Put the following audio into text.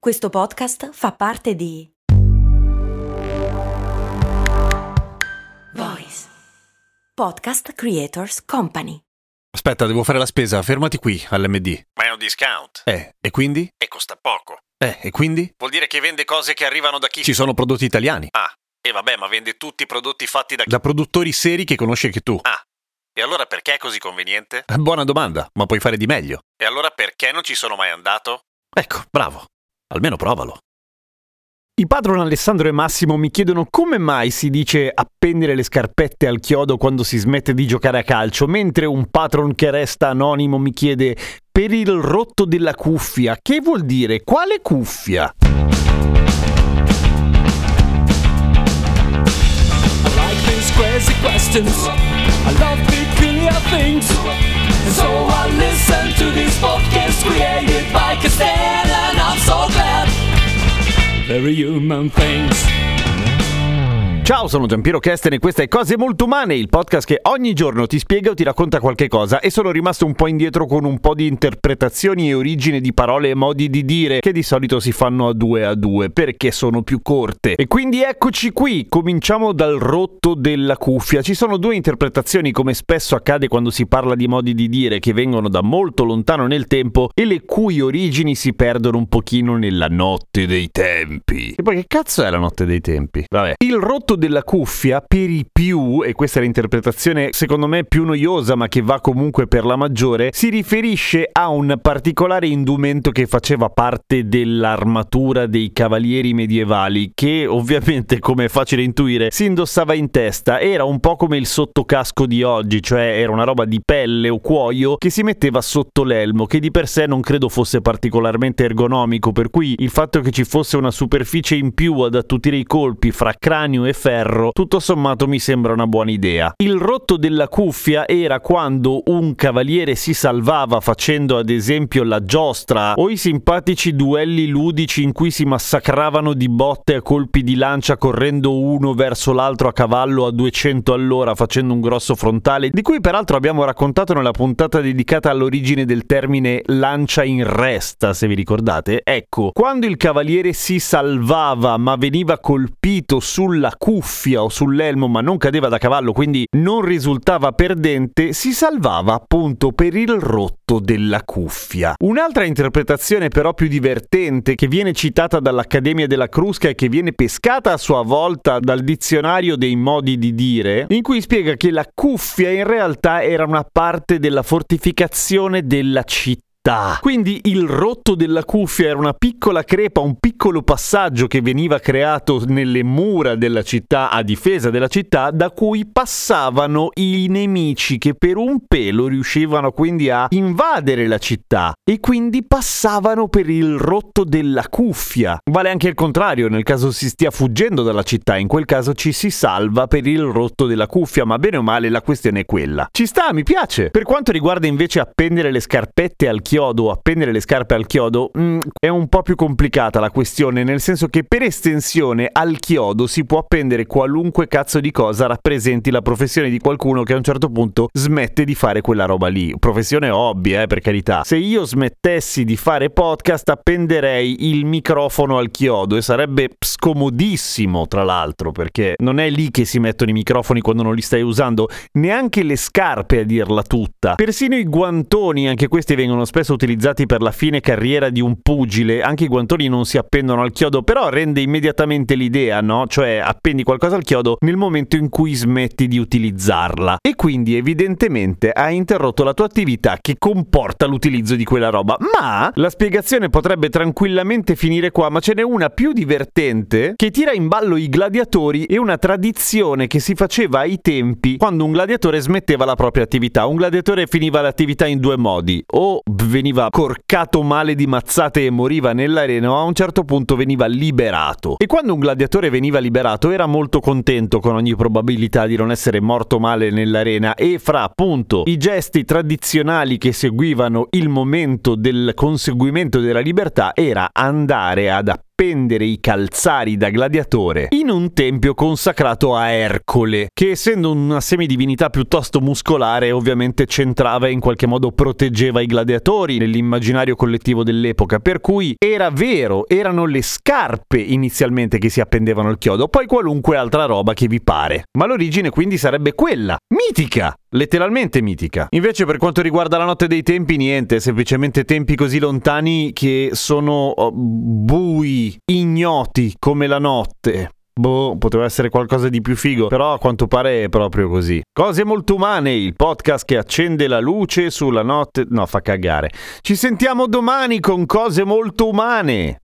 Questo podcast fa parte di Voice Podcast Creators Company. Aspetta, devo fare la spesa, fermati qui all'MD. Ma è un discount. E quindi? E costa poco. E quindi? Vuol dire che vende cose che arrivano da chi? Ci sono prodotti italiani. Ah, e vabbè, ma vende tutti i prodotti fatti da chi? Da produttori seri che conosci anche tu. Ah, e allora perché è così conveniente? Buona domanda, ma puoi fare di meglio. E allora perché non ci sono mai andato? Ecco, bravo. Almeno provalo. I patron Alessandro e Massimo mi chiedono come mai si dice appendere le scarpette al chiodo quando si smette di giocare a calcio, mentre un patron che resta anonimo mi chiede per il rotto della cuffia. Che vuol dire? Quale cuffia? I like these crazy questions. I love peculiar things. And so I listen to this podcast created by Castell, and I'm so glad. Very human things. Ciao, sono Giampiero Kesten e questa è Cose Molto Umane, il podcast che ogni giorno ti spiega o ti racconta qualche cosa, e sono rimasto un po' indietro con un po' di interpretazioni e origine di parole e modi di dire che di solito si fanno a due perché sono più corte. E quindi eccoci qui, cominciamo dal rotto della cuffia. Ci sono due interpretazioni, come spesso accade quando si parla di modi di dire che vengono da molto lontano nel tempo e le cui origini si perdono un pochino nella notte dei tempi. E poi che cazzo è la notte dei tempi? Vabbè. Il rotto della cuffia per i più, e questa è l'interpretazione secondo me più noiosa ma che va comunque per la maggiore, si riferisce a un particolare indumento che faceva parte dell'armatura dei cavalieri medievali, che ovviamente, come è facile intuire, si indossava in testa. Era un po' come il sottocasco di oggi, cioè era una roba di pelle o cuoio che si metteva sotto l'elmo, che di per sé non credo fosse particolarmente ergonomico, per cui il fatto che ci fosse una superficie in più ad attutire i colpi fra cranio e ferro, tutto sommato mi sembra una buona idea. Il rotto della cuffia era quando un cavaliere si salvava facendo ad esempio la giostra o i simpatici duelli ludici in cui si massacravano di botte a colpi di lancia correndo uno verso l'altro a cavallo a 200 all'ora facendo un grosso frontale, di cui peraltro abbiamo raccontato nella puntata dedicata all'origine del termine lancia in resta, se vi ricordate. Ecco, quando il cavaliere si salvava ma veniva colpito sulla cuffia o sull'elmo ma non cadeva da cavallo, quindi non risultava perdente, si salvava appunto per il rotto della cuffia. Un'altra interpretazione però più divertente, che viene citata dall'Accademia della Crusca e che viene pescata a sua volta dal dizionario dei modi di dire, in cui spiega che la cuffia in realtà era una parte della fortificazione della città. Quindi il rotto della cuffia era una piccola crepa, un piccolo passaggio che veniva creato nelle mura della città a difesa della città, da cui passavano i nemici che per un pelo riuscivano quindi a invadere la città e quindi passavano per il rotto della cuffia. Vale anche il contrario, nel caso si stia fuggendo dalla città, in quel caso ci si salva per il rotto della cuffia, ma bene o male la questione è quella. Ci sta, mi piace! Per quanto riguarda invece appendere le scarpette al chiodo o appendere le scarpe al chiodo, è un po' più complicata la questione, nel senso che per estensione al chiodo si può appendere qualunque cazzo di cosa rappresenti la professione di qualcuno che a un certo punto smette di fare quella roba lì. Professione hobby, per carità. Se io smettessi di fare podcast appenderei il microfono al chiodo e sarebbe scomodissimo, tra l'altro, perché non è lì che si mettono i microfoni quando non li stai usando, neanche le scarpe a dirla tutta. Persino i guantoni, anche questi vengono spesso utilizzati per la fine carriera di un pugile. Anche i guantoni non si appendono al chiodo, però rende immediatamente l'idea, no? Cioè appendi qualcosa al chiodo nel momento in cui smetti di utilizzarla, e quindi evidentemente hai interrotto la tua attività che comporta l'utilizzo di quella roba. Ma la spiegazione potrebbe tranquillamente finire qua, ma ce n'è una più divertente che tira in ballo i gladiatori e una tradizione che si faceva ai tempi quando un gladiatore smetteva la propria attività. Un gladiatore finiva l'attività in due modi: o veniva corcato male di mazzate e moriva nell'arena, o a un certo punto veniva liberato. E quando un gladiatore veniva liberato era molto contento, con ogni probabilità, di non essere morto male nell'arena, e fra appunto i gesti tradizionali che seguivano il momento del conseguimento della libertà era andare ad appendere i calzari da gladiatore in un tempio consacrato a Ercole, che essendo una semidivinità piuttosto muscolare ovviamente centrava e in qualche modo proteggeva i gladiatori nell'immaginario collettivo dell'epoca, per cui era vero, erano le scarpe inizialmente che si appendevano al chiodo, poi qualunque altra roba che vi pare. Ma l'origine quindi sarebbe quella, mitica! Letteralmente mitica. Invece per quanto riguarda la notte dei tempi, niente, semplicemente tempi così lontani che sono bui, ignoti come la notte. Poteva essere qualcosa di più figo, però a quanto pare è proprio così. Cose molto umane, il podcast che accende la luce sulla notte... No, fa cagare. Ci sentiamo domani con Cose molto umane.